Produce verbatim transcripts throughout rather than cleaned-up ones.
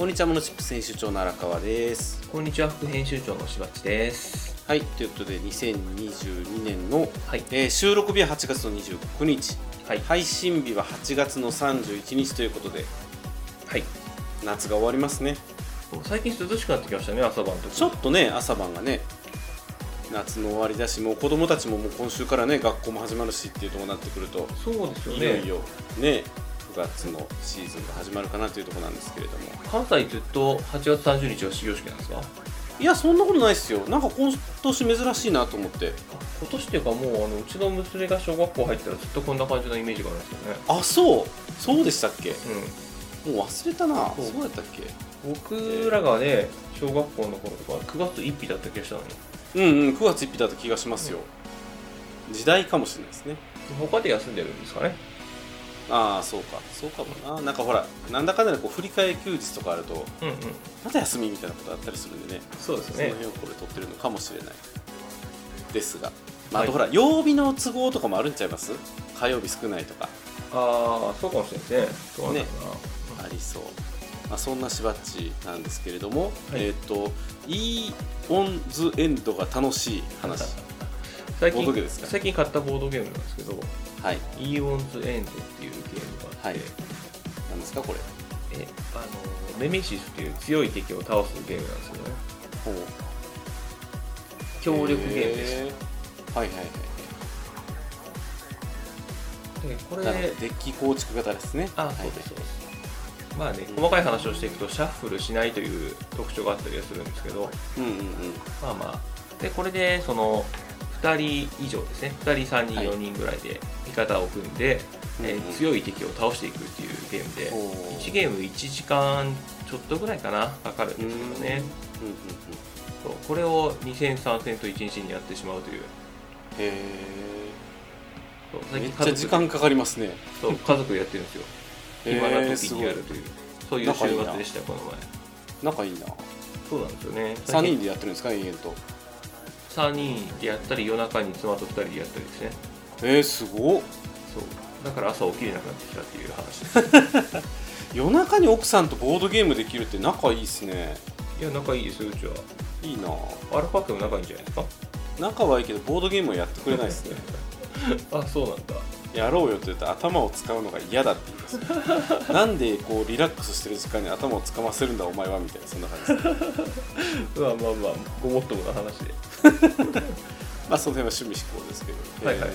こんにちは、モノチップス編集長の荒川です。 こんにちは、副編集長のしばっちです。 はい、ということでにせんにじゅうにねんの、 はいえー、収録日ははちがつのにじゅうくにち、 はい、 配信日ははちがつのさんじゅういちにちということで、 はい、 夏が終わりますね。 最近涼しくなってきましたね、朝晩とちょっとね、朝晩がね、夏の終わりだし、もう子供たちももう今週からね、学校も始まるしっていうところになってくると、 そうですよね、 いよいよね、くがつのシーズンが始まるかなというところなんですけれども。 関西ずっとはちがつさんじゅうにちは始業式なんですか？ いや、そんなことないですよ。なんか今年珍しいなと思って。 今年っていうか、もうあのうちの娘が小学校入ったらずっとこんな感じのイメージがあるんですよね。 あ、そうそうでしたっけ？ うん、 もう忘れたな。 そうそうやったっけ？ 僕らがね、小学校の頃とかくがつついたちだった気がしたのに。 うんうん、くがつついたちだった気がしますよ、うん、時代かもしれないですね。 他で休んでるんですかね。 ああ、そうかそうかもな。なんかほら、なんだかんだでこう振り替え休日とかあると、 うんうん、 また休みみたいなことあったりするんでね。 そうですね。 その辺をこれ取ってるのかもしれないですが、まあ、あとほら、はい、曜日の都合とかもあるんちゃいます？火曜日少ないとか。 ああ、そうかもしれないですね。 ね、ありそう。まあ、そんなしばっちなんですけれども、はい、えっ、ー、とイーオンズエンドが楽しい話最近ボードゲームですか？ 最近買ったボードゲームなんですけど、 はい、 イーオンズエンドっていうゲームがあって、はい、 何ですかこれ？ えあのネメシスっていう強い敵を倒すゲームなんですけどね。 ほう、 協力ゲームです。 はいはいはい。 でこれデッキ構築型ですね。 あ、そうですそうです。まあね、細かい話をしていくとシャッフルしないという特徴があったりはするんですけど、 うんうんうん、 まあまあでこれでそのふたり以上ですね、ふたりさんにんよにんぐらいで味方を組んで、はい、えー、強い敵を倒していくっていうゲームで、うんうん、いちゲームいちじかんちょっとぐらいかなかかるんですけどね、うんうんうん、そうこれをにせんさんせんといちにちにやってしまうという。 へー、めっちゃ時間かかりますね。 そう家族でやってるんですよ。暇な時にやるという、そういう週末でしたよ、この前。 仲いいな。 そうなんですよね。 さんにんでやってるんですか、延々と。 さんにんでやったり、夜中に妻とふたりでやったりですね。 えー、すごっ。 そうだから朝起きれなくなってきたっていう話です。 夜中に奥さんとボードゲームできるって仲いいっすね。 いや、仲いいですよ、うちは。 いいな。 アルファ君も仲いいんじゃないですか。 仲はいいけどボードゲームはやってくれないですね。 あ、そうなんだ。 やろうよって言ったら頭を使うのが嫌だって言います。なんでこうリラックスしてる時間に頭を使わせるんだお前はみたいな、そんな感じです。 まあまあまあ、ごもっともな話で。 まあその辺は趣味嗜好ですけど。 はいはいはい。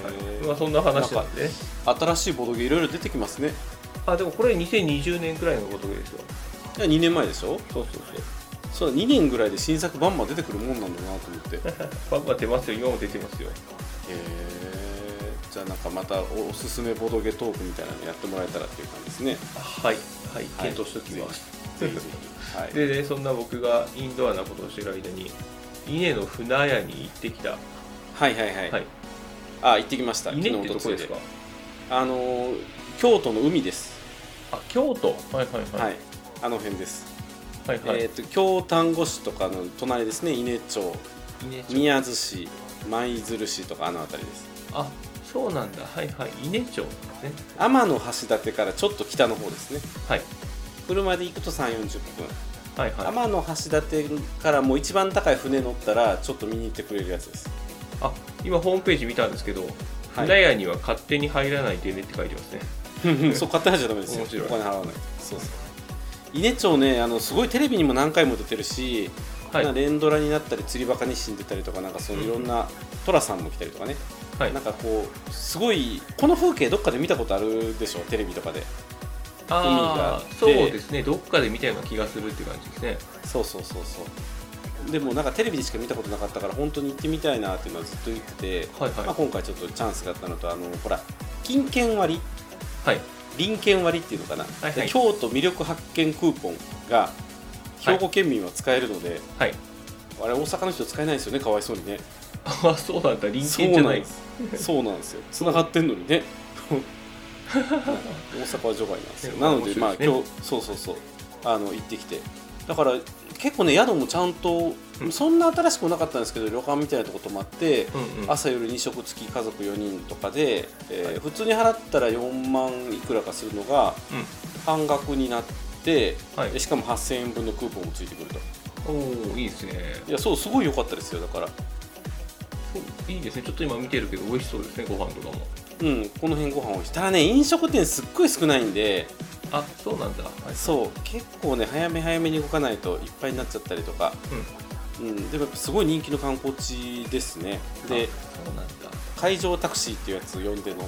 まあそんな話なんで、ね、 新しいボードゲーいろいろ出てきますね。 あ、でもこれにせんにじゅうねんくらいのボードゲーですよ。 いやにねんまえでしょ。 そうそうそう。 そうだ、にねんぐらいで新作バンバン出てくるもんなんだなと思って。 バンバン出ますよ、今も出てますよ。 へえ。じゃあなんかまたおすすめボドゲトークみたいなのやってもらえたらっていう感じですね。 はいはい、検討しておきます。 ぜひぜひ。はい、 で、ね、そんな僕がインドアなことをしている間に稲の船屋に行ってきた。 はいはいはい、はい、あ、行ってきました。 稲ってどこですか？ あの京都の海です。 あ、京都。はいはいはい、 はい、あの辺です。 はいはい、 えーと京丹後市とかの隣ですね。伊根町、宮津市、舞鶴市とかあの辺りです。 あ、そうなんだ。はいはい、伊根町ですね。 天橋立からちょっと北の方ですね。 はい。 車で行くとさんじゅうよんじゅっぷん。 はいはい。 天橋立からもう一番高い船乗ったらちょっと見に行ってくれるやつです。 あ、今ホームページ見たんですけど、船屋には勝手に入らないでねって書いてますね。 そう、勝手に入っちゃダメですよ。お金払わないと。そうそう。伊根町ね、あのすごいテレビにも何回も出てるし、はい、連ドラになったり釣りバカ日誌に出たりとか、なんかそういろんな寅さんも来たりとかね、はい、なんかこうすごいこの風景どっかで見たことあるでしょ、テレビとかで。 あ海があって、そうですね、どっかで見たような気がするって感じですね。 そうそうそうそう。でもなんかテレビでしか見たことなかったから本当に行ってみたいなっていうのはずっと言ってて、はいはい、まあ、今回ちょっとチャンスがあったのと、あのほら金券割、はい、臨券割っていうのかな、はいはい、京都魅力発見クーポンが兵庫県民は使えるので、はい、あれ大阪の人使えないですよね、かわいそうにね。 あ、そうなんだ、臨券じゃないです。 そうなんですよ、つながってんのにね。大阪は除外なんですよ。なので、まあ今日そうそうそう、あの行ってきて、だから結構ね、宿もちゃんと、うん、そんな新しくもなかったんですけど、旅館みたいなとこ泊まって、うんうん、朝夜に食付き家族よにんとかで、えーはい、普通に払ったらよんまんいくらかするのが、うん、半額になってて、はい、でしかもはっせんえんぶんのクーポンもついてくると。 おお、いいですね。 いや、そう、すごい良かったですよ。だからいいですね。ちょっと今見てるけど美味しそうですね、ご飯とかも。 うん、この辺ご飯美味しい。ただね、飲食店すっごい少ないんで。 あ、そうなんだ、はい、 そう結構ね早め早めに動かないといっぱいになっちゃったりとか、うんうん、でもやっぱすごい人気の観光地ですね。で、 そうなんだ。 海上タクシーっていうやつを呼んで乗って、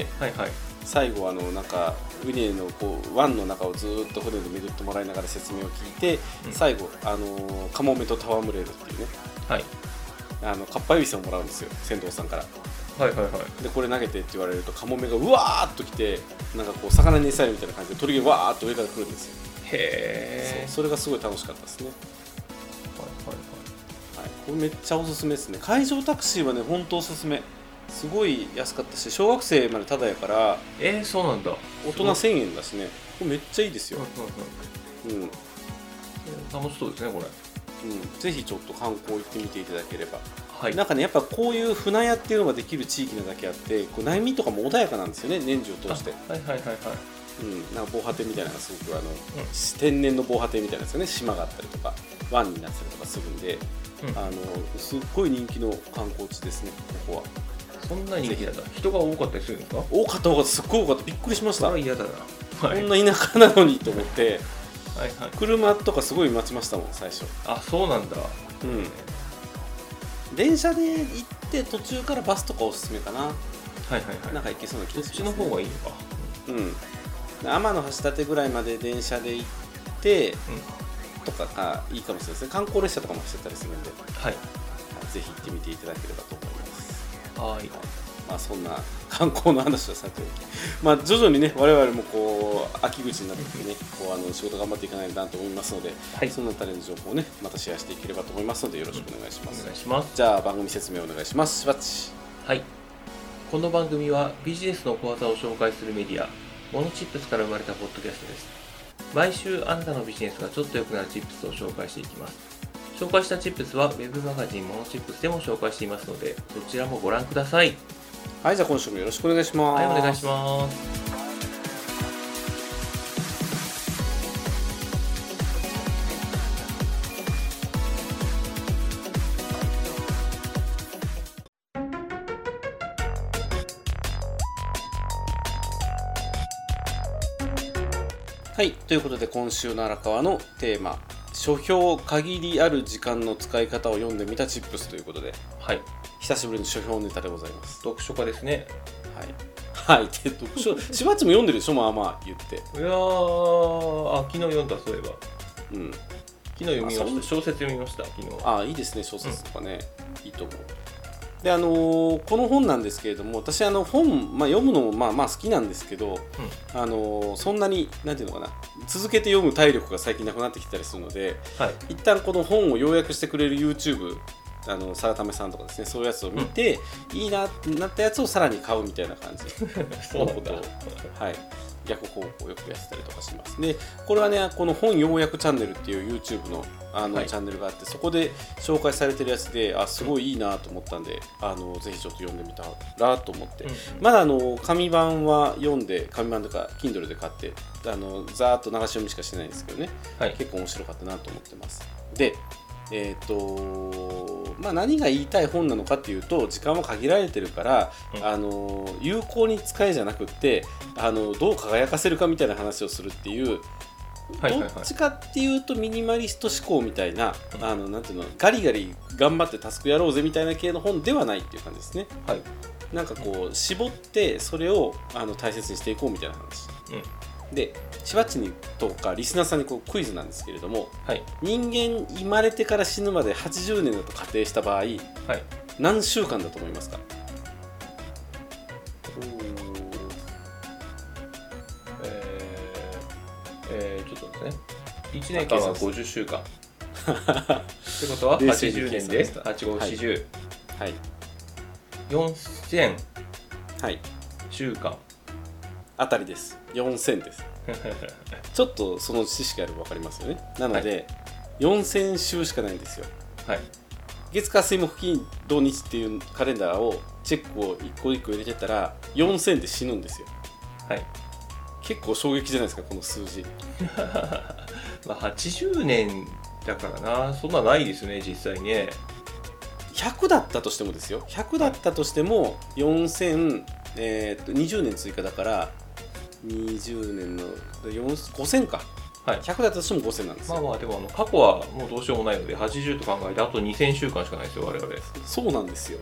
はいはい、最後あのなんか船のこう湾の中をずっと船で巡ってもらいながら説明を聞いて、うん、最後あのカモメと戯れるっていうね、はい、あのかっぱえびせんをもらうんですよ、船頭さんから。はいはいはい、でこれ投げてって言われるとカモメがうわーっと来て、なんかこう魚に餌やるみたいな感じで鳥がわーっと上から来るんですよ。へえ。それがすごい楽しかったですね。はいはいはい、はい、これめっちゃおすすめですね。海上タクシーはね本当おすすめ。すごい安かったし、小学生までタダやから。 えー、そうなんだ。 大人せんえんだしね。これめっちゃいいですよ。うん、 楽しそうですねこれ。 うん、ぜひちょっと観光行ってみていただければ。はい、なんかねやっぱこういう船屋っていうのができる地域なだけあって、こう内見とかも穏やかなんですよね、年中通して。はいはいはいはい。うん、なんか防波堤みたいなのがすごくあの、うん、天然の防波堤みたいなですよね。島があったりとか湾になったりとかするんで、うん、あのすっごい人気の観光地ですね、ここは。 そんな人気なんだ。人が多かったりするんですか？ 多かった多かった、すっごい多かった、びっくりしました。 それは嫌だな、 はい、こんな田舎なのにと思ってはい、はい、車とかすごい待ちましたもん最初。 あ、そうなんだ。うん、 電車で行って途中からバスとかおすすめかな。はいはいはい。なんか行けそうな気がしますね。 そっちの方がいいのか。 うん。天橋立ぐらいまで電車で行って、うん、とかがいいかもしれないですね。観光列車とかもしてたりするんで、はい、ぜひ行ってみていただければと思います。はい。はい、まあそんな観光の話はさておき、まあ徐々にね我々もこう秋口になってきてね、こうあの仕事頑張っていかないとなと思いますので、はい、そのあたりの情報をねまたシェアしていければと思いますのでよろしくお願いします。 お願いします。 じゃあ番組説明お願いします。しばっち。 はい。この番組はビジネスの小技を紹介するメディアモノチップスから生まれたポッドキャストです。毎週あなたのビジネスがちょっと良くなるチップスを紹介していきます。紹介したチップスはウェブマガジンモノチップスでも紹介していますので、そちらもご覧ください。 はい、じゃあ今週もよろしくお願いします。 はい、お願いします。 はい、ということで今週の荒川のテーマ、書評限りある時間の使い方を読んでみたチップスということで、はい、久しぶりの書評ネタでございます。 読書家ですね。 はい、はい、で読書しばっちも読んでるでしょ、まあまあ言って。いやー、あ、昨日読んだ、そういえば。うん、昨日読みました。小説読みました、昨日。 あ、いいですね、小説とかね、うん、いいと思う。であのー、この本なんですけれども、私あの本、まあ、読むのもまあまあ好きなんですけど、うん、あのー、そんなになんていうのかな、続けて読む体力が最近なくなってきたりするので、はい、一旦この本を要約してくれる YouTube、あのサラタメさんとかですね、そういうやつを見て、うん、いいなってなったやつをさらに買うみたいな感じそうなんだ、 はい、逆方向をよくやってたりとかします。でこれはね、この本要約チャンネルっていう YouTube の, あの、はい、チャンネルがあって、そこで紹介されてるやつで、あ、すごいいいなと思ったんで、あのぜひちょっと読んでみたらと思って、うんうん、まだあの紙版は読んで、紙版とか Kindle で買ってあのざーっと流し読みしかしてないんですけどね、はい、結構面白かったなと思ってます。でえーとまあ、何が言いたい本なのかっていうと、時間は限られてるから、うん、あの有効に使えじゃなくって、あのどう輝かせるかみたいな話をするっていう、はいはいはい、どっちかっていうとミニマリスト思考みたいな、うん、あのなんていうの、ガリガリ頑張ってタスクやろうぜみたいな系の本ではないっていう感じですね。はい、なんかこう絞ってそれをあの大切にしていこうみたいな話、うん、でしばっちにとかリスナーさんにこうクイズなんですけれども、はい、人間生まれてから死ぬまではちじゅうねんだと仮定した場合、はい、何週間だと思いますか？ えーえー、ちょっとですね、いちねんかんはごじゅっしゅうかんってことははちじゅうねんではちごよんじゅう、はい、よんせんしゅうかんあたりです。よんせんですちょっとその知識あれば分かりますよね。なので、はい、よんせんしゅうしかないんですよ。はい、月火水木金土日っていうカレンダーをチェックを一個一個入れてたらよんせんで死ぬんですよ。はい、 結構衝撃じゃないですかこの数字まあはちじゅうねんだからな、そんなないですね実際ね。 ひゃくだったとしてもですよ、ひゃくだったとしてもよんせん、えー、っとにじゅうねん追加だからにじゅうねんのごせんか、はい、ひゃくだったとしてもごせんなんですよ。 まあまあでもあの過去はもうどうしようもないのではちじゅうと考えてあとにせんしゅうかんしかないですよ我々。 そうなんですよ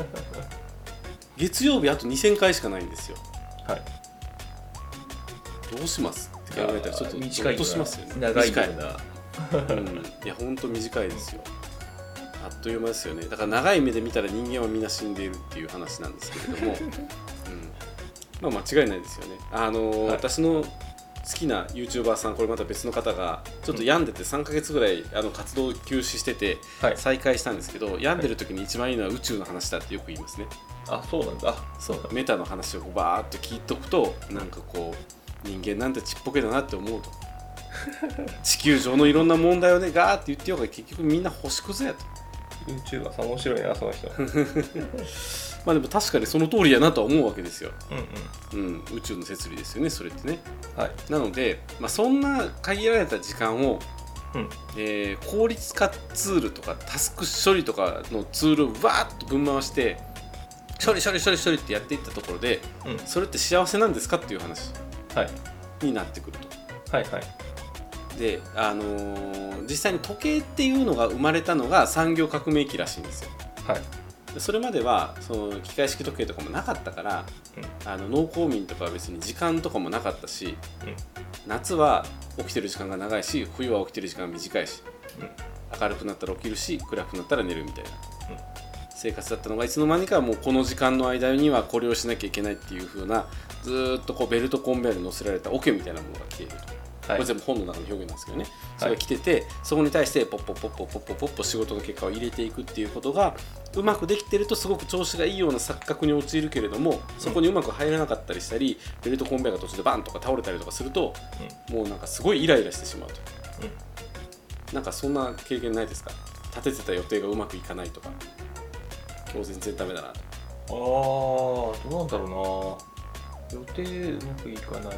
月曜日あとにせんかいしかないんですよ。はい、どうしますって考えたらちょっと短いとしますよね。 長いな、 うん、いや本当短いですよ。あっという間ですよね。だから長い目で見たら人間はみんな死んでいるっていう話なんですけれども、うん、まあ間違いないですよね。あのーはい、私の好きな YouTuber さん、これまた別の方がちょっと病んでてさんかげつぐらいあの活動休止してて再開したんですけど、はい、病んでる時に一番いいのは宇宙の話だってよく言いますね。 あ、そうなんだ。 そうメタの話をバーッと聞いとくと、なんかこう人間なんてちっぽけだなって思うと地球上のいろんな問題をねガーって言ってようが結局みんな星屑やと。 YouTuber さん面白いなその人まあでも確かにその通りやなとは思うわけですよ、 うんうんうん、宇宙の摂理ですよねそれってね、 はい、 なので、まあ、そんな限られた時間を、うんえー、効率化ツールとかタスク処理とかのツールをわーっとぶん回して処理処理処理処理ってやっていったところで、うん、それって幸せなんですかっていう話になってくると。 はいはいで、あのー、実際に時計っていうのが生まれたのが産業革命期らしいんですよ。 はい、 それまではその機械式時計とかもなかったから、うん、あの農耕民とかは別に時間とかもなかったし、うん、夏は起きてる時間が長いし冬は起きてる時間が短いし、うん、明るくなったら起きるし暗くなったら寝るみたいな、うん、生活だったのがいつの間にかもうこの時間の間にはこれをしなきゃいけないっていう風なずーっとこうベルトコンベヤーに乗せられた桶みたいなものが来ていると。これ全部本の中の表現なんですけどね、それが来てて、はい、そこに対してポッポッポッポッポッポッポッポ仕事の結果を入れていくっていうことがうまくできてるとすごく調子がいいような錯覚に陥るけれども、そこにうまく入らなかったりしたり、うん、ベルトコンベヤーが途中でバンとか倒れたりとかすると、うん、もうなんかすごいイライラしてしまうと、うん、なんかそんな経験ないですか？立ててた予定がうまくいかないとか、今日全然ダメだなと。 あー、どうなんだろうな、予定うまくいかない、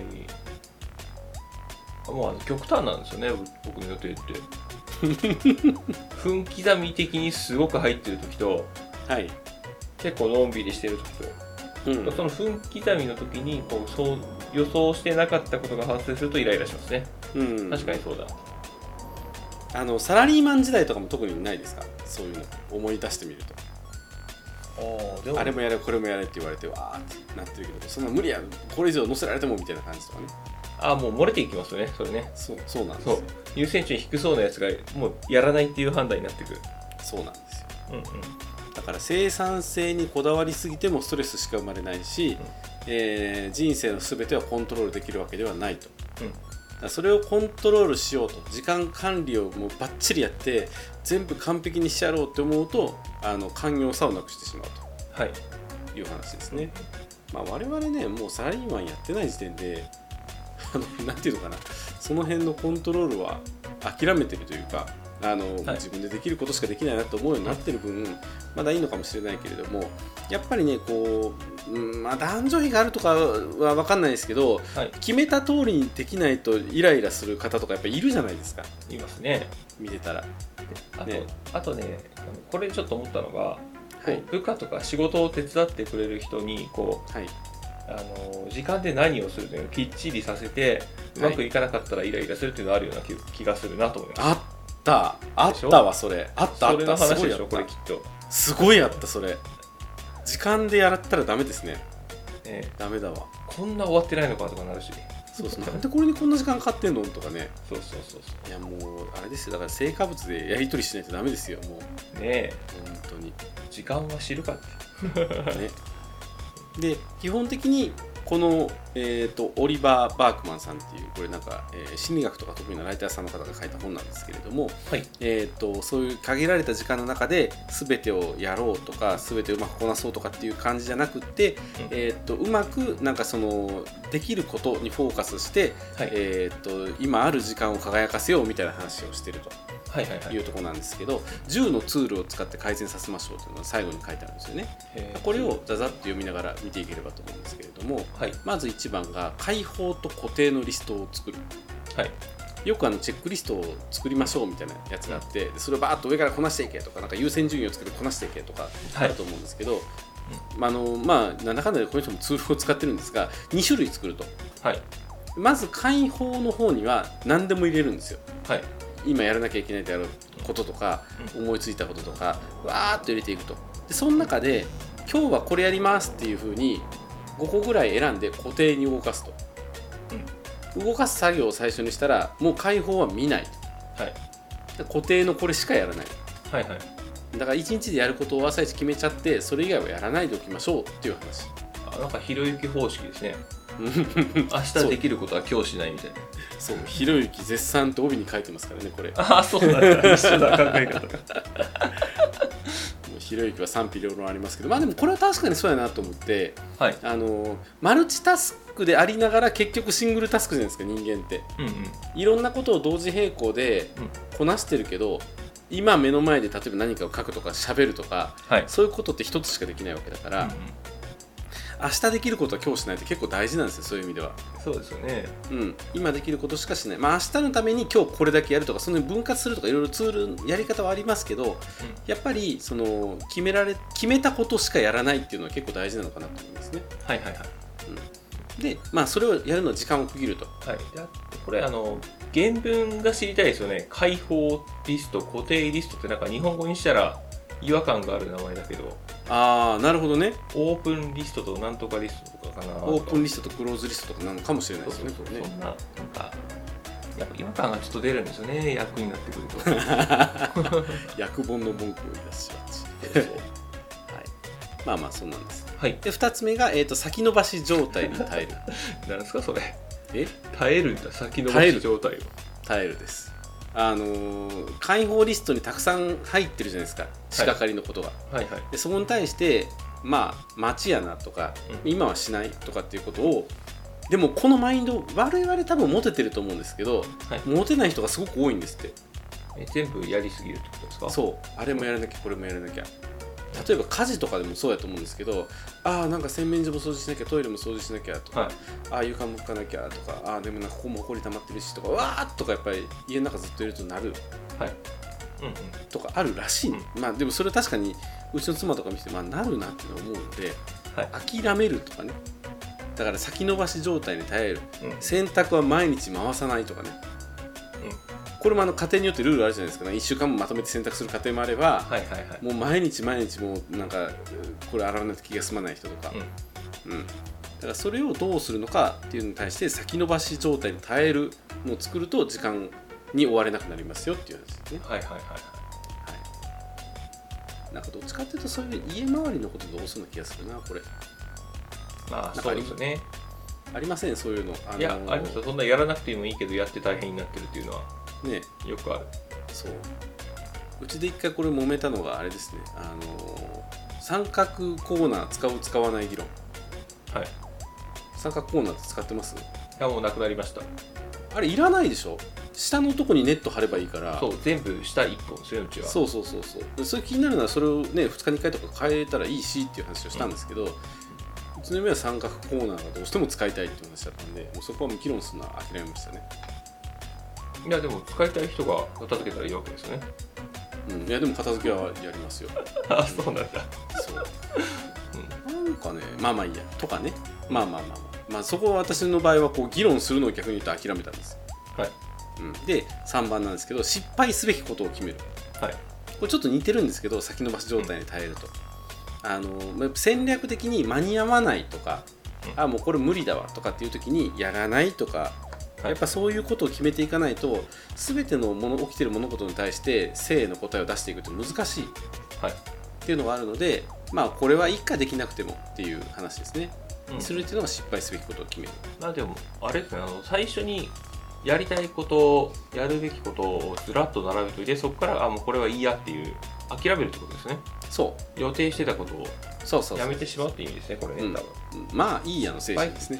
まあ、極端なんですよね僕の予定って分刻み的にすごく入ってる時と、はい、結構のんびりしてる時と、うん、その分刻みの時にこうそう予想してなかったことが発生するとイライラしますね、うん、確かにそうだ。 あのサラリーマン時代とかも特にないですか？そういうの思い出してみると、あ, でもあれもやれこれもやれって言われてわーってなってるけど、そんな無理やこれ以上乗せられてもみたいな感じとかね。 あ、もう漏れていきますよねそれね。 そう、そうなんですよ。 優先順位低そうなやつがもうやらないっていう判断になってくる。 そうなんですよ、 うんうん、 だから生産性にこだわりすぎてもストレスしか生まれないし、うんえー、人生の全てはコントロールできるわけではないと、うん、だからそれをコントロールしようと時間管理をもうバッチリやって全部完璧にしてやろうって思うとあの寛容さをなくしてしまうと、はい、いう話ですね、まあ、我々ねもうサラリーマンやってない時点であのなんていうのかな、その辺のコントロールは諦めてるというかあの、はい、自分でできることしかできないなと思うようになってる分まだいいのかもしれないけれども、やっぱりねこう、うんまあ、男女比があるとかは分かんないですけど、はい、決めた通りにできないとイライラする方とかやっぱいるじゃないですか。 いますね見てたら。 あと ね, あとねこれちょっと思ったのが、はい、部下とか仕事を手伝ってくれる人にこう、はいあの時間で何をするのをきっちりさせてうまくいかなかったらイライラするっていうのがあるような 気, 気がするなと思います。 あったあったわそれあったあった。 それの話でしょこれきっと。 すごいあったそれ。時間でやったらダメですね。 ねダメだわ。 こんな終わってないのかとかなるし。 そうそうなんでこれにこんな時間かかってんのとかね。 そうそうそうそう。 いやもうあれですよだから成果物でやり取りしないとダメですよもう。ねえ本当に。 時間は知るかって。 ね。で基本的にこの、えー、とオリバー・バークマンさんっていうこれなんか、えー、心理学とか得意なライターさんの方が書いた本なんですけれども、はいえー、とそういう限られた時間の中で全てをやろうとか全てうまくこなそうとかっていう感じじゃなくって、うんえー、とうまくなんかそのできることにフォーカスして、はいえー、と今ある時間を輝かせようみたいな話をしていると。はいはいはい、いうところなんですけどじゅうのツールを使って改善させましょうというのが最後に書いてあるんですよね。これをざざっと読みながら見ていければと思うんですけれども、はい、まずいちちばんが開放と固定のリストを作る、はい、よくあのチェックリストを作りましょうみたいなやつがあって、それをバーッと上からこなしていけとか、なんか優先順位をつけてこなしていけとかあると思うんですけど、はい、まああのまあ、なんだかんだでこの人もツールを使ってるんですが、に種類作ると、はい、まず開放の方には何でも入れるんですよ、はい、今やらなきゃいけないであることとか、うん、思いついたこととかわーっと入れていくと。でその中で今日はこれやりますっていう風にごこぐらい選んで固定に動かすと、うん、動かす作業を最初にしたらもう開放は見ない、はい、固定のこれしかやらない、はいはい、だからいちにちでやることを朝一決めちゃってそれ以外はやらないでおきましょうっていう話。 あ、なんかひろゆき方式ですね明日できることは今日しないみたいな。 そう、ひろゆき絶賛って帯に書いてますからね、これ。 ああ、そうなんだ、一緒だ考え方ひろゆきは賛否両論ありますけど、まあでもこれは確かにそうやなと思って、はい、あのマルチタスクでありながら結局シングルタスクじゃないですか、人間って、うんうん、いろんなことを同時並行でこなしてるけど、うん、今目の前で例えば何かを書くとか喋るとか、はい、そういうことって一つしかできないわけだから、うんうん、明日できることは今日しないって結構大事なんですよ、そういう意味では。 そうですよね、 うん、今できることしかしない、まあ、明日のために今日これだけやるとか、その分割するとかいろいろツールやり方はありますけど、うん、やっぱりその決められ決めたことしかやらないっていうのは結構大事なのかなと思いますね。 はいはいはい、 うん、で、まあ、それをやるのは時間を区切ると、 はい、これあの原文が知りたいですよね。開放リスト、固定リストってなんか日本語にしたら違和感がある名前だけど、 ああ、なるほどね。 オープンリストとなんとかリストとかかな。 オープンリストとクローズリストとかなのかもしれないですよね。 そうそうそう、そんな、なんかやっぱ違和感がちょっと出るんですよね、役になってくると役本の文句を言い出しがちそうそう、はい、まあまあそうなんです、はい、でふたつめが、えーと、先延ばし状態に耐えるなんですかそれ。 え耐えるんだ、先延ばし状態を。 耐えるです。あのー、開放リストにたくさん入ってるじゃないですか、仕掛かりのことが、はいはいはい、でそこに対してまあ待ちやなとか、うん、今はしないとかっていうことを、でもこのマインド我々多分持ててると思うんですけど、はい、持てない人がすごく多いんですって。 え全部やりすぎるってことですか。 そう、あれもやらなきゃこれもやらなきゃ。例えば家事とかでもそうやと思うんですけど、ああなんか洗面所も掃除しなきゃ、トイレも掃除しなきゃとか、はい、ああ床も拭かなきゃとか、ああでもなんかここもほこり溜まってるしとか、わーっとかやっぱり家の中ずっといるとなる、はい、うんうん、とかあるらしい、ね、うん、まあでもそれは確かにうちの妻とか見てて、まあ、なるなって思うので、はい、諦めるとかね、だから先延ばし状態に耐える、うん、洗濯は毎日回さないとかね、これもあの家庭によってルールあるじゃないですか、ね、いっしゅうかんもまとめて洗濯する家庭もあれば、はいはいはい、もう毎日毎日もうなんかこれ洗わないと気が済まない人とか、うんうん、だからそれをどうするのかっていうのに対して先延ばし状態に耐えるのを作ると時間に追われなくなりますよっていう話ですね。はいはいはいはい、なんかどっちかっていうとそういう家周りのことどうするような気がするなこれ。 まあそうですね。 ありませんそういうの。 あのー、いやありますよ。そんなやらなくてもいいけどやって大変になってるっていうのは。ね、よくある。 そう、うちで一回これ揉めたのがあれですね、あのー、三角コーナー使う使わない議論。はい、三角コーナーって使ってます？いやもうなくなりました。 あれいらないでしょ、下のとこにネット貼ればいいから。 そう、全部下いっぽんですようちは。 そうそうそうそう、それ気になるのはそれをねふつかにいっかいとか変えたらいいしっていう話をしたんですけど、うん、うちの嫁は三角コーナーがどうしても使いたいっていう話だったんで、もうそこはもう議論するのは諦めましたね。 いやでも使いたい人が片付けたらいいわけですよね。 うん、いやでも片付けはやりますよ。 あ、そうなんだ。 そう、うん、なんかね、まあまあいいやとかね、まあまあまあまあ、まあ、そこは私の場合はこう議論するのを逆に言うと諦めたんです。はい、うん、でさんばんなんですけど、失敗すべきことを決める。はい、これちょっと似てるんですけど、先延ばし状態に耐えると、うん、あの戦略的に間に合わないとか、うん、あもうこれ無理だわとかっていう時にやらないとか。やっぱそういうことを決めていかないと、全てのもの起きている物事に対して正の答えを出していくって難しい、はい、っていうのがあるので、まあこれはいっかできなくてもっていう話ですね、うん、するっていうのが失敗すべきことを決める。 まあでもあれですね、あの最初にやりたいことやるべきことをずらっと並べといて、そこからあもうこれはいいやっていう諦めるってことですね。そう予定してたことをそうそうそうやめてしまうっていう意味ですね、これね、うん、多分、 うん、まあいいやの精神ですね。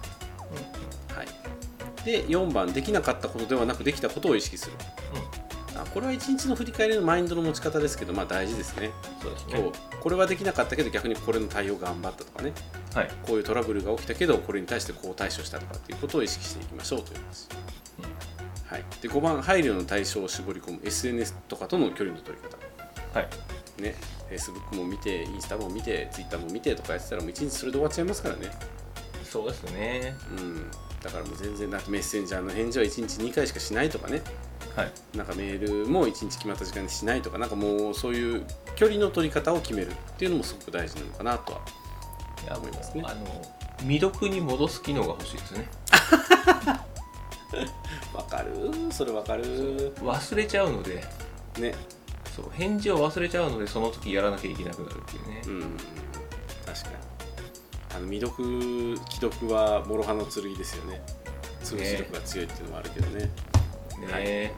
でよんばん、できなかったことではなくできたことを意識する、 あこれはいちにちの振り返りのマインドの持ち方ですけど、まあ大事ですね。 そうですね。 今日これはできなかったけど逆にこれの対応頑張ったとかね、はい、こういうトラブルが起きたけどこれに対してこう対処したとかっていうことを意識していきましょうという話、うんはい、でごばん配慮の対象を絞り込む エスエヌエス とかとの距離の取り方、はいね、Facebook も見てインスタも見て Twitter も見てとかやってたらもういちにちそれで終わっちゃいますからね。 そうですね、 うん、だからもう全然だってメッセンジャーの返事はいちにちにかいしかしないとかね、はい、なんかメールもいちにち決まった時間にしないとか、なんかもうそういう距離の取り方を決めるっていうのもすごく大事なのかなとは思いますね。 あの未読に戻す機能が欲しいですね。 わかる、それわかる。 忘れちゃうのでね、そう返事を忘れちゃうのでその時やらなきゃいけなくなるっていうね。うん、 確かにあの未読既読は諸刃の剣ですよね。通知力が強いっていうのもあるけどね。ね、はい、で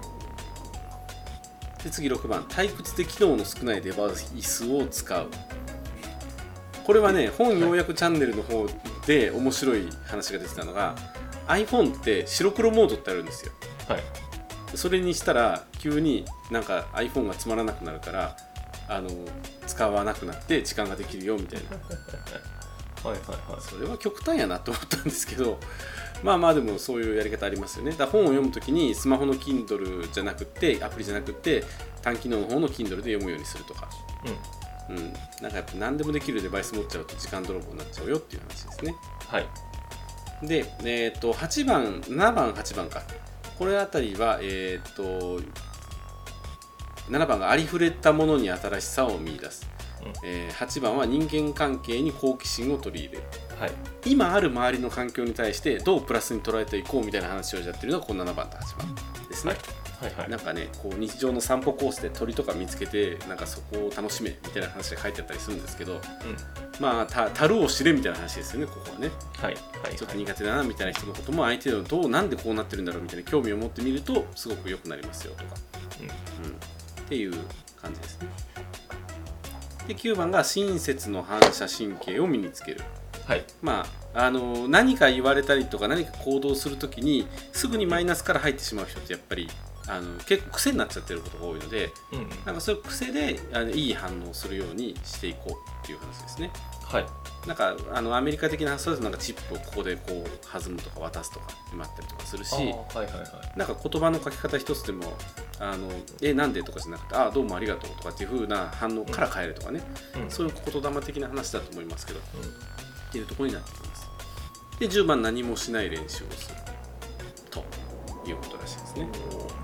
次ろくばん、退屈で機能の少ないデバイスを使う。これはね、本要約チャンネルの方で面白い話が出てたのが、iPhone って白黒モードってあるんですよ。はい、それにしたら急になんか iPhone がつまらなくなるからあの使わなくなって時間ができるよみたいな。はいはいはい、それは極端やなと思ったんですけど、まあまあでもそういうやり方ありますよね。だから本を読むときにスマホの Kindle じゃなくてアプリじゃなくて単機能の方の Kindle で読むようにするとか、うんうん、なんかやっぱ何でもできるデバイス持っちゃうと時間泥棒になっちゃうよっていう話ですね。はい。で、えー、とはちばんななばんはちばんか、これあたりはえっ、ー、とななばんがありふれたものに新しさを見出す、うんえー、はちばんは人間関係に好奇心を取り入れる、はい、今ある周りの環境に対してどうプラスに捉えていこうみたいな話をやってるのがこのななばんとはちばんですね。はいはいはい、なんかねこう日常の散歩コースで鳥とか見つけてなんかそこを楽しめみたいな話が書いてあったりするんですけど、うん、まあた樽を知れみたいな話ですよね、ここはね、はいはいはい、ちょっと苦手だなみたいな人のことも相手のどうなんでこうなってるんだろうみたいな興味を持ってみるとすごく良くなりますよとか、うんうん、っていう感じですね。できゅうばんが親切の反射神経を身につける。はい、まあ、あの何か言われたりとか何か行動するときにすぐにマイナスから入ってしまう人ってやっぱりあの結構癖になっちゃってることが多いので、うんうん、なんかそういう癖であのいい反応をするようにしていこうっていう話ですね。はい、なんかあのアメリカ的な発想だとなんかチップをここでこう弾むとか渡すとか決まったりとかするし、はいはいはい、なんか言葉の書き方一つでもあのえなんでとかじゃなくてあどうもありがとうとかっていう風な反応から変えるとかね、うん、そういう言霊的な話だと思いますけど、うん、っていうところになってきます。でじゅうばん何もしない練習をするということらしいですね。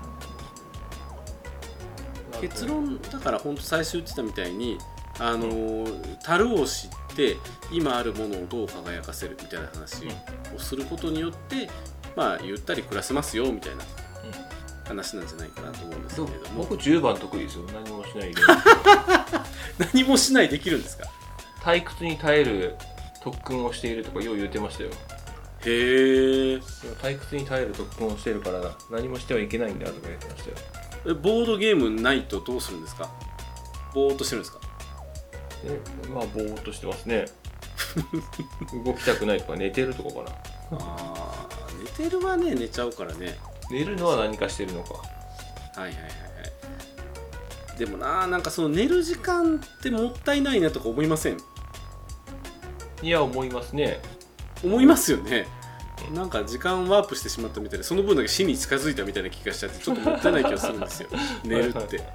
結論だから本当最初言ってたみたいにあの樽を知って今あるものをどう輝かせるみたいな話をすることによってまあゆったり暮らせますよみたいな話なんじゃないかなと思うんですけれども、 僕じゅうばん得意ですよ。何もしないで何もしないできるんですか？ 退屈に耐える特訓をしているとかよう言ってましたよ。 へえ。 退屈に耐える特訓をしてるから何もしてはいけないんだとか言ってましたよ。 ボードゲームないとどうするんですか？ぼーっとしてるんですか？ えまあぼーっとしてますね動きたくないとか寝てるとかかな。 あ寝てるはね寝ちゃうからね。 寝るのは何かしてるのか。 はいはいはいはいでもななんかその寝る時間ってもったいないなとか思いません？ いや思いますね。 思いますよね。なんか時間ワープしてしまったみたいでその分だけ死に近づいたみたいな気がしちゃってちょっともったいない気がするんですよ寝るって。はいはい、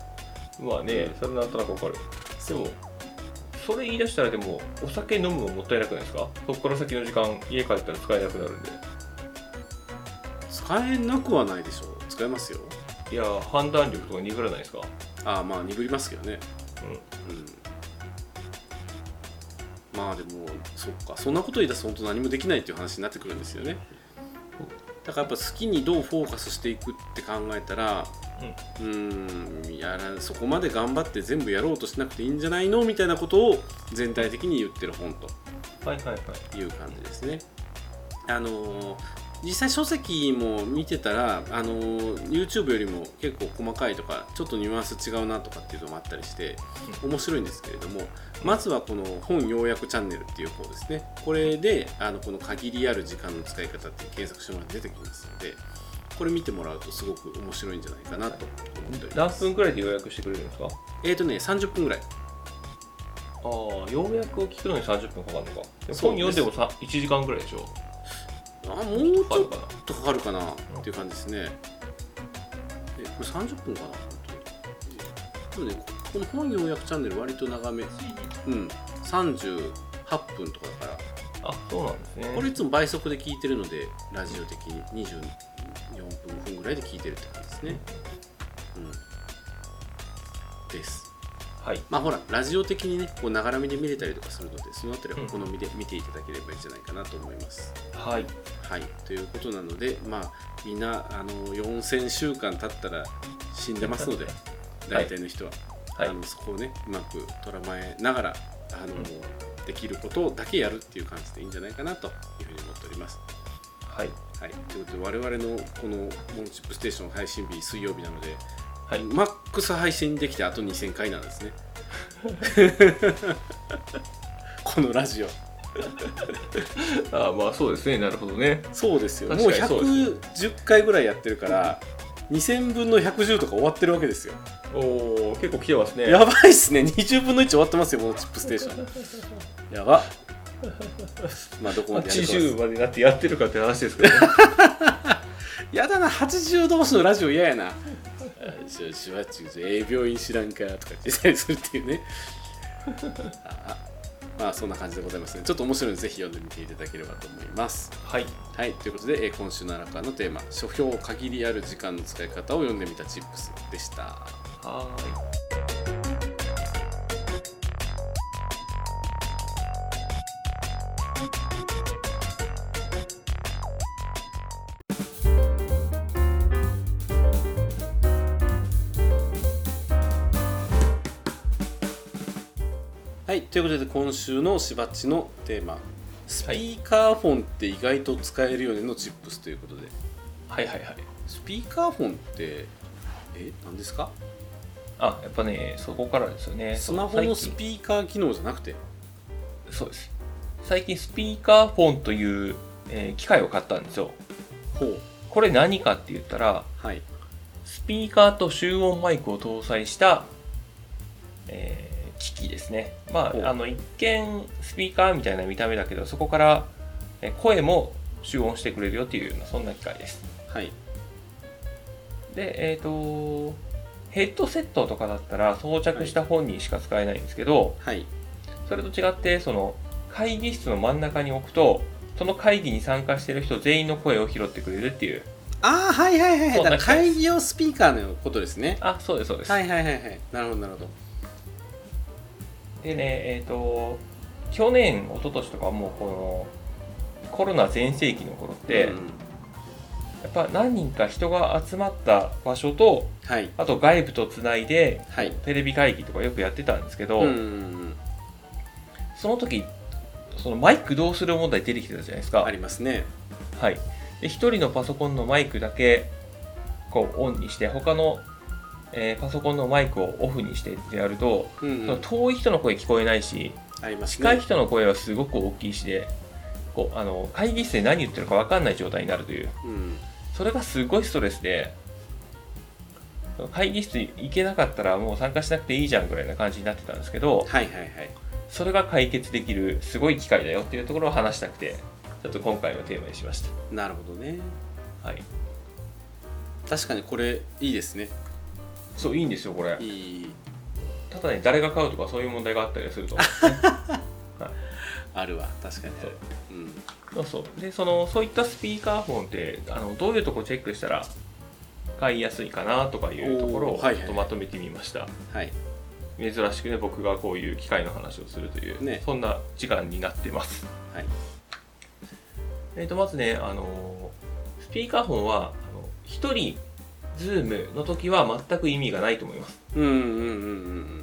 まあね、うん、それなんとなくわかる。でもそれ言い出したらでもお酒飲むのもったいなくないですか？そこから先の時間家帰ったら使えなくなるんで。 使えなくはないでしょう。使えますよ。 いや判断力とか鈍らないですか？ ああまあ鈍りますけどね。うん、うんまあでもそっかそんなこと言い出すと本当何もできないっていう話になってくるんですよね。だからやっぱ好きにどうフォーカスしていくって考えたら、うん、うーんやらそこまで頑張って全部やろうとしなくていいんじゃないのみたいなことを全体的に言ってる本という感じですね。あの実際書籍も見てたらあの YouTube よりも結構細かいとかちょっとニュアンス違うなとかっていうのもあったりして面白いんですけれども、まずはこの本要約チャンネルっていう方ですね。これであのこの限りある時間の使い方って検索してもらって出てきますので、 これ見てもらうとすごく面白いんじゃないかなと思っており何ます。 分くらいで予約してくれるんですか？ えーとねさんじゅっぷんぐらい。 ああ、要約を聞くのにさんじゅっぷんかかるのか。本そうです読んでもさいちじかんぐらいでしょ。 あもうちょっとかかるかなっていう感じですね。えこれさんじゅっぷんかな本当に。でもねこの本要約チャンネル割と長め、うんさんじゅうはっぷんとかだから。 あ、そうなんですね。 これいつも倍速で聞いてるのでラジオ的ににじゅうよんぷんごふんぐらいで聞いてるって感じですね。うんです。 はい、 まあほらラジオ的にねこうながら見で見れたりとかするのでそのあたりはお好みで見ていただければいいんじゃないかなと思います。 はい、 はい、ということなのでまあみんなあのよんせんしゅうかん経ったら死んでますので大体の人は、はい、あのそこをねうまく捉まえながらあの、うん、できることだけやるっていう感じでいいんじゃないかなというふうに思っております。 はい、 はい、ということで我々のこのモンチップステーション配信日水曜日なので、 はい、 マックス配信できてあとにせんかいなんですねこのラジオああまあそうですね、なるほどね。 そうですよ。もうひゃくじゅっかいぐらいやってるからにせんぶんのひゃくじゅうとか終わってるわけですよ。 おお、結構来てますね。 やばいっすね。にじゅうぶんのいち終わってますよモノチップステーションやばまあどこまでやるかはちじゅうまでなってやってるかって話ですけどねやだな、はちじゅう同士のラジオ嫌やなシュシュワッチええ病院知らんかとか言ったりするっていうねあまあそんな感じでございますね。ちょっと面白いのでぜひ読んでみていただければと思います。 はい、 はい、ということで、えー、今週のアラカーのテーマ書評限りある時間の使い方を読んでみたチップスでした。 はい。 はい、ということで今週のしばっちのテーマスピーカーフォンって意外と使えるよねのチップスということで、 はいはいはい。 スピーカーフォンってえ何ですか？ あ、やっぱねそこからですよね。 スマホのスピーカー機能じゃなくて？ そうです。最近スピーカーフォンという、えー、機械を買ったんですよ。 ほう。 これ何かって言ったら、 はい、 スピーカーと集音マイクを搭載した、えー機器ですね。まあ、あの一見スピーカーみたいな見た目だけどそこから声も集音してくれるよっていうようなそんな機械です。 はい。 で、えっとヘッドセットとかだったら装着した本人しか使えないんですけど、 はい、 それと違ってその会議室の真ん中に置くとその会議に参加している人全員の声を拾ってくれるっていう。 ああはいはいはいはい。だから会議用スピーカーのことですね。 あ、そうですそうです。 はいはいはいはい。なるほどなるほど。 でね、えっと去年一昨年とかもうこのコロナ全盛期の頃って、うん、やっぱ何人か人が集まった場所と、はい、あと外部とつないで、はい、テレビ会議とかよくやってたんですけど、うんうんうん、その時そのマイクどうする問題出てきてたじゃないですか。 ありますね。 はい。でひとりのパソコンのマイクだけこうオンにして他のえー、パソコンのマイクをオフにしてってやると、うんうん、その遠い人の声聞こえないし、ありますね、近い人の声はすごく大きいしでこうあの会議室で何言ってるか分かんない状態になるという、うん、それがすごいストレスで会議室行けなかったらもう参加しなくていいじゃんぐらいな感じになってたんですけど、 はいはいはい、 それが解決できるすごい機械だよっていうところを話したくてちょっと今回のテーマにしました。 なるほどね。 はい。 確かにこれいいですね。 そういいんですよこれ。 いい。 ただね誰が買うとかそういう問題があったりすると思う、ねはい、 あるわ確かにある。 そう、うん、そうそうでそのそういったスピーカーフォンってあのどういうとこチェックしたら買いやすいかなとかいうところをちょっとまとめてみました。はい、珍しくね僕がこういう機械の話をするという、ね、そんな時間になってます。はい。えー、とまずねあのスピーカーフォンはあのひとりズームの時は全く意味がないと思います。うんうんうんうん。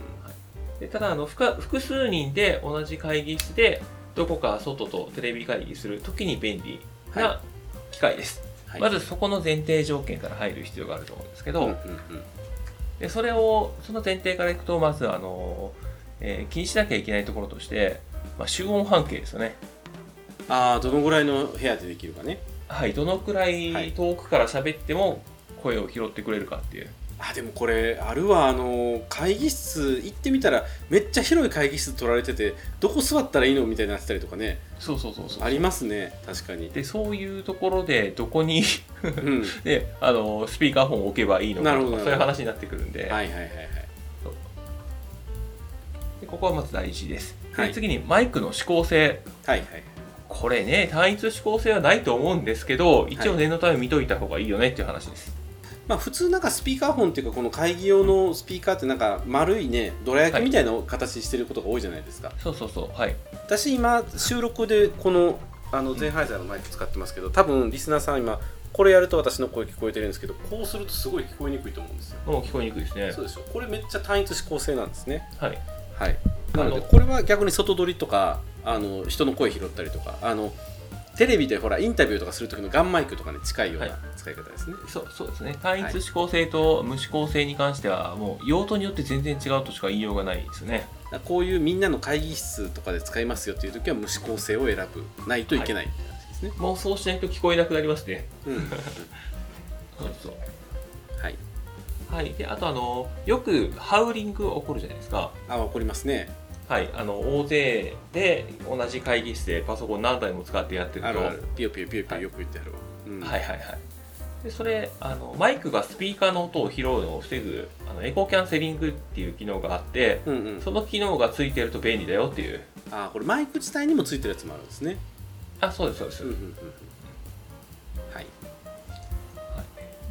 でただあの複数人で同じ会議室でどこか外とテレビ会議する時に便利な機械です。はい、まずそこの前提条件から入る必要があると思うんですけど、うんうんうん、でそれをその前提からいくとまずあの、えー、気にしなきゃいけないところとして、まあ、集音半径ですよね。 ああどのぐらいの部屋でできるかね。 はい、どのくらい遠くから喋っても声を拾ってくれるかっていう、 あでもこれあるわ、あの会議室行ってみたらめっちゃ広い会議室取られててどこ座ったらいいのみたいになってたりとかね。 そうそうそうそう、 ありますね、確かに。 でそういうところでどこに、うん、であのスピーカーフォンを置けばいいのかとかそういう話になってくるんで、はいはいはいはい、でここはまず大事です。で、はい、次にマイクの指向性、はいはい、これね単一指向性はないと思うんですけど一応念のため見といた方がいいよねっていう話です。 まあ、普通なんかスピーカーフォンっていうかこの会議用のスピーカーってなんか丸いねどら焼きみたいな形してることが多いじゃないですか、はい、 そうそうそう、はい、 私今収録でこのあのゼンハイザーのマイク使ってますけど多分リスナーさん今これやると私の声聞こえてるんですけどこうするとすごい聞こえにくいと思うんですよ。 もう聞こえにくいですね。 そうでしょ。これめっちゃ単一指向性なんですね。はい、はい、なのでこれは逆に外撮りとかあの人の声拾ったりとかあのテレビでほらインタビューとかする時のガンマイクとかに近いような使い方ですね、はい、 そう、そうですね。単一指向性と無指向性に関してはもう用途によって全然違うとしか言いようがないですね。 こういうみんなの会議室とかで使いますよっていう時は無指向性を選ぶないといけないって話ですね、 はい、もうそうしないと聞こえなくなりますね、うん、そうそう、はい、はい、であとあのよくハウリング起こるじゃないですか。 あ、起こりますね。 はい、あの大勢で同じ会議室でパソコン何台も使ってやってるとあるあるピヨピヨピヨピヨよく言ってあるわ、 はい、うん、はいはいはいでそれあのマイクがスピーカーの音を拾うのを防ぐあのエコーキャンセリングっていう機能があって、うんうん、その機能がついてると便利だよっていう。 あ、これマイク自体にもついてるやつもあるんですね。 あ、そうですそうです、うんうんうん、はい、はい、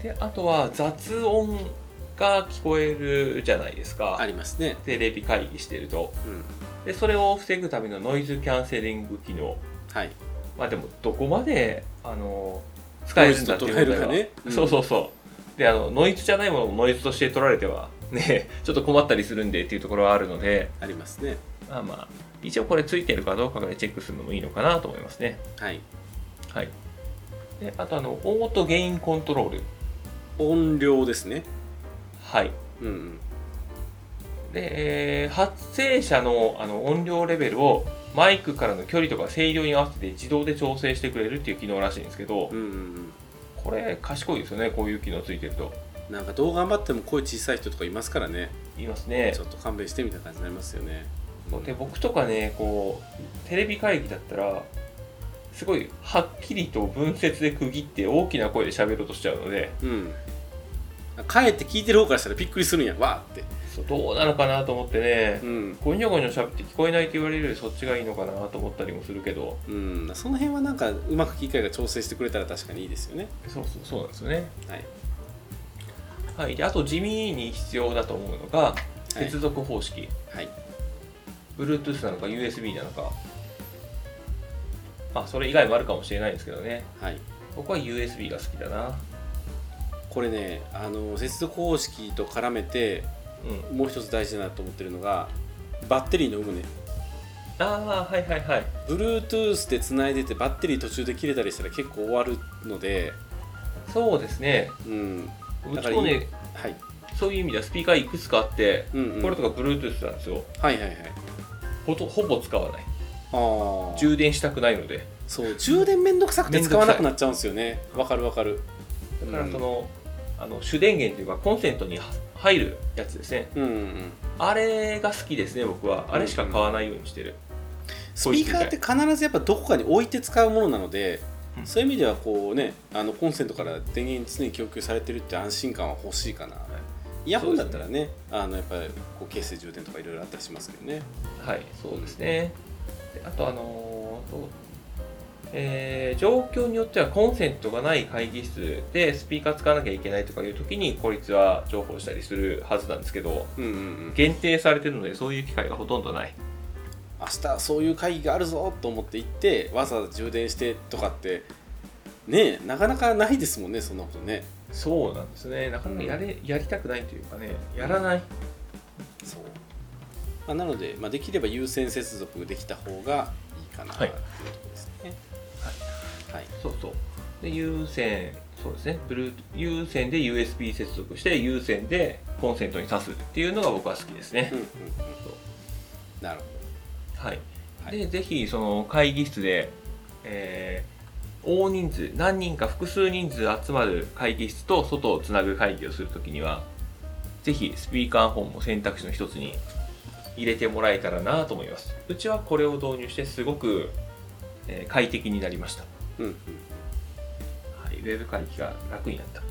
であとは雑音が聞こえるじゃないですか。 ありますね。 テレビ会議してると、うん、でそれを防ぐためのノイズキャンセリング機能、はい、まあでもどこまであの使えるんだっていう問題は、ね、うん、そうそうそうであのノイズじゃないものもノイズとして取られてはねちょっと困ったりするんでっていうところはあるのでありますね。 まあまあ一応これついてるかどうかでチェックするのもいいのかなと思いますね。はい、はい、であとあのオートゲインコントロール、 音量ですね。 はい、うんうん、で、えー、発生者 の, あの音量レベルをマイクからの距離とか声量に合わせて自動で調整してくれるっていう機能らしいんですけど、うんうんうん、これ賢いですよね。こういう機能ついてるとなんかどう頑張っても声小さい人とかいますからね。 いますね。 ちょっと勘弁してみたいな感じになりますよね。 で僕とかねこうテレビ会議だったらすごいはっきりと文節で区切って大きな声で喋ろうとしちゃうので、うん、 かえって聞いてる方からしたらびっくりするんやわーって。 そうどうなのかなと思ってね、うん、ゴニョゴニョ喋って聞こえないって言われるよりそっちがいいのかなと思ったりもするけど、 うん、その辺はなんかうまく機械が調整してくれたら確かにいいですよね。 そうそうそうなんですよね。はい、はい、であと地味に必要だと思うのが接続方式、はいはい、Bluetooth なのか ユーエスビー なのか、まあそれ以外もあるかもしれないんですけどね、はい、僕は ユーエスビー が好きだな。 これねあの接続方式と絡めて、うん、もう一つ大事だなと思ってるのがバッテリーの有無ね。 ああはいはいはい。 Bluetooth でつないでてバッテリー途中で切れたりしたら結構終わるので。 そうですね、うん、うちもね、はい、そういう意味ではスピーカーいくつかあって、うんうん、これとか Bluetooth なんですよ。はいはいはい。ほ, ほぼ使わない。あ充電したくないので。 そう充電めんどくさくて使わなくなっちゃうんですよね。わかるわかる。 だからその、うん、あの主電源というかコンセントに入るやつですね、うんうんうん、あれが好きですね。僕はあれしか買わないようにしてる、うんうん、 スピーカーって必ずやっぱどこかに置いて使うものなので、うん、そういう意味ではこうねあのコンセントから電源常に供給されてるって安心感は欲しいかな、はい、イヤホンだったら ね, ねあのやっぱりこうケースで充電とかいろいろあったりしますけどね。 はいそうですね。であとあのーえー、状況によってはコンセントがない会議室でスピーカー使わなきゃいけないとかいう時にこいつは重宝したりするはずなんですけど、うんうんうん、限定されてるのでそういう機会がほとんどない。 明日そういう会議があるぞと思って行ってわざわざ充電してとかってねなかなかないですもんね。そんなことね。 そうなんですね。なかなかやれ、うん、やりたくないというかねやらない、うん、 そう、まあ、なので、まあ、できれば有線接続できた方がいいかなというところですね。 はいはい、そうそうで有線そうですね Bluetooth 有線で ユーエスビー 接続して有線でコンセントに挿すっていうのが僕は好きですね。うんうんうん、そうなるほど。はい、はい、でぜひその会議室で、えー、 大人数、何人か複数人数集まる会議室と外をつなぐ会議をするときには、ぜひスピーカーフォンも選択肢の一つに入れてもらえたらなと思います。うちはこれを導入してすごく、えー、快適になりました。うんうん、はい、ウェブ会議が楽になった。はい、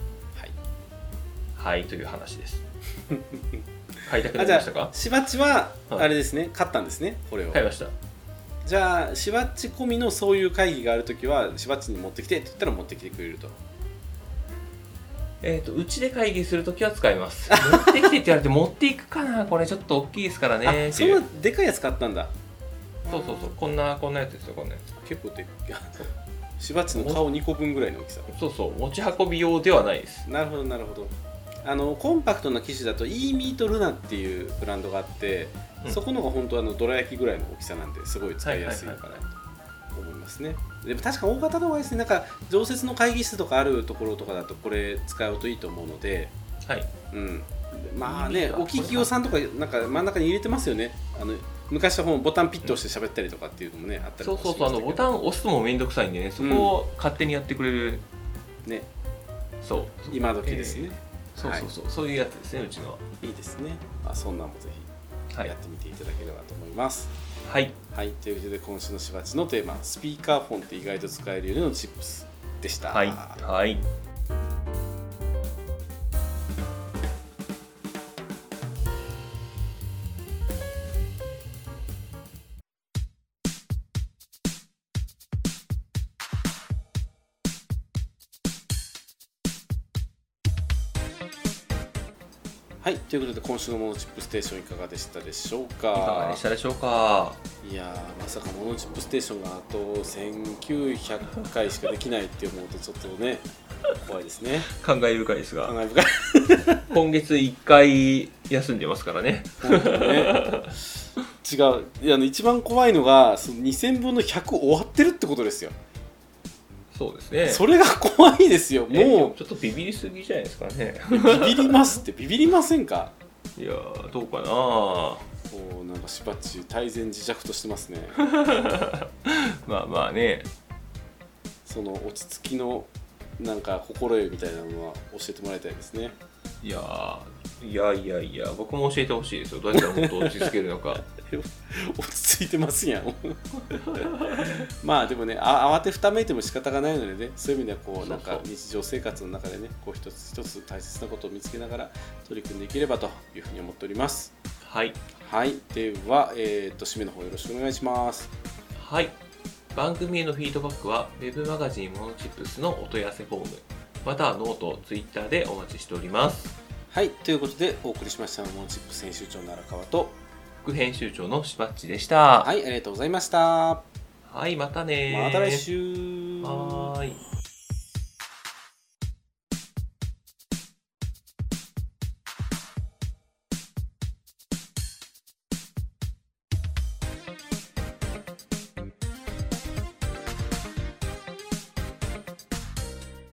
はい、という話です。買いたくなりましたか？ しばっちはあれですね、はい、買ったんですね、これを。 買いました。 じゃあしばっち込みのそういう会議があるときはしばっちに持ってきてって言ったら持ってきてくれると。 えっとうちで会議するときは使います。持ってきてって言われて持っていくかな、これちょっと大きいですからね。 そんなでかいやつ買ったんだ。 そうそうそう、こんなこんなやつですよ、こんなやつ。 結構でっかい。しばっちの顔にこぶんぐらいの大きさ。 そうそう、持ち運び用ではないです。 なるほどなるほど。あのコンパクトな機種だと イーミートルナっていうブランドがあって、うん、そこのが本当あのどら焼きぐらいの大きさなんですごい使いやすいのかなと思いますね。でも確か大型の方がいいですね。なんか常設の会議室とかあるところとかだとこれ使うといいと思うので、はい、うん、まあね、大きい企業さんとかなんか真ん中に入れてますよね。あの昔はボタンピッと押して喋ったりとかっていうのもね、うん、あったりとかしましたけど。そうそうそう、あのボタンを押すのもめんどくさいんでね、そこを勝手にやってくれる、うん、ね、そう今時ですね。えーそうそうそう、はい、そういうやつですね、うちのは。 いいですね。まあ、そんなんもぜひやってみていただければと思います。 はい。 はい、ということで今週のしばちのテーマ、スピーカーフォンって意外と使えるようなチップスでした。 はい。はい。 はい、ということで今週のモノチップステーションいかがでしたでしょうか。 いかがでしたでしょうか。 いやー、まさかモノチップステーションがあとせんきゅうひゃっかいしかできないって思うとちょっとね怖いですね。 感慨深いですが、 感慨深い今月いっかい休んでますからね。 本当にね違う、いやあの一番怖いのがそのにせんぶんのひゃく終わってるってことですよ。 そうですね。 それが怖いですよ。もうちょっとビビりすぎじゃないですかね。 ビビりますってビビりませんか。 いやどうかな。 こうなんかしばっち大前自弱としてますね。 まあまあね。 その落ち着きのなんか心得みたいなのは教えてもらいたいですね。 いやいやいやいや僕も教えてほしいですよ。どうやったらもっと落ち着けるのか。 落ち着いてますやん。まあでもね、あ慌てふためいても仕方がないのでね、そういう意味ではこうなんか日常生活の中でね、こう一つ一つ大切なことを見つけながら取り組んでいければというふうに思っております。 はい。 はい。では、えー、っと締めの方よろしくお願いします。 はい。番組へのフィードバックは Web マガジンモノチップスのお問い合わせフォーム、またはノート、ツイッターでお待ちしております。 はい。ということでお送りしましたモノチップス編集長の荒川と副編集長のしばっちでした。 はい、ありがとうございました。 はい、またね。 また来週。 はーい。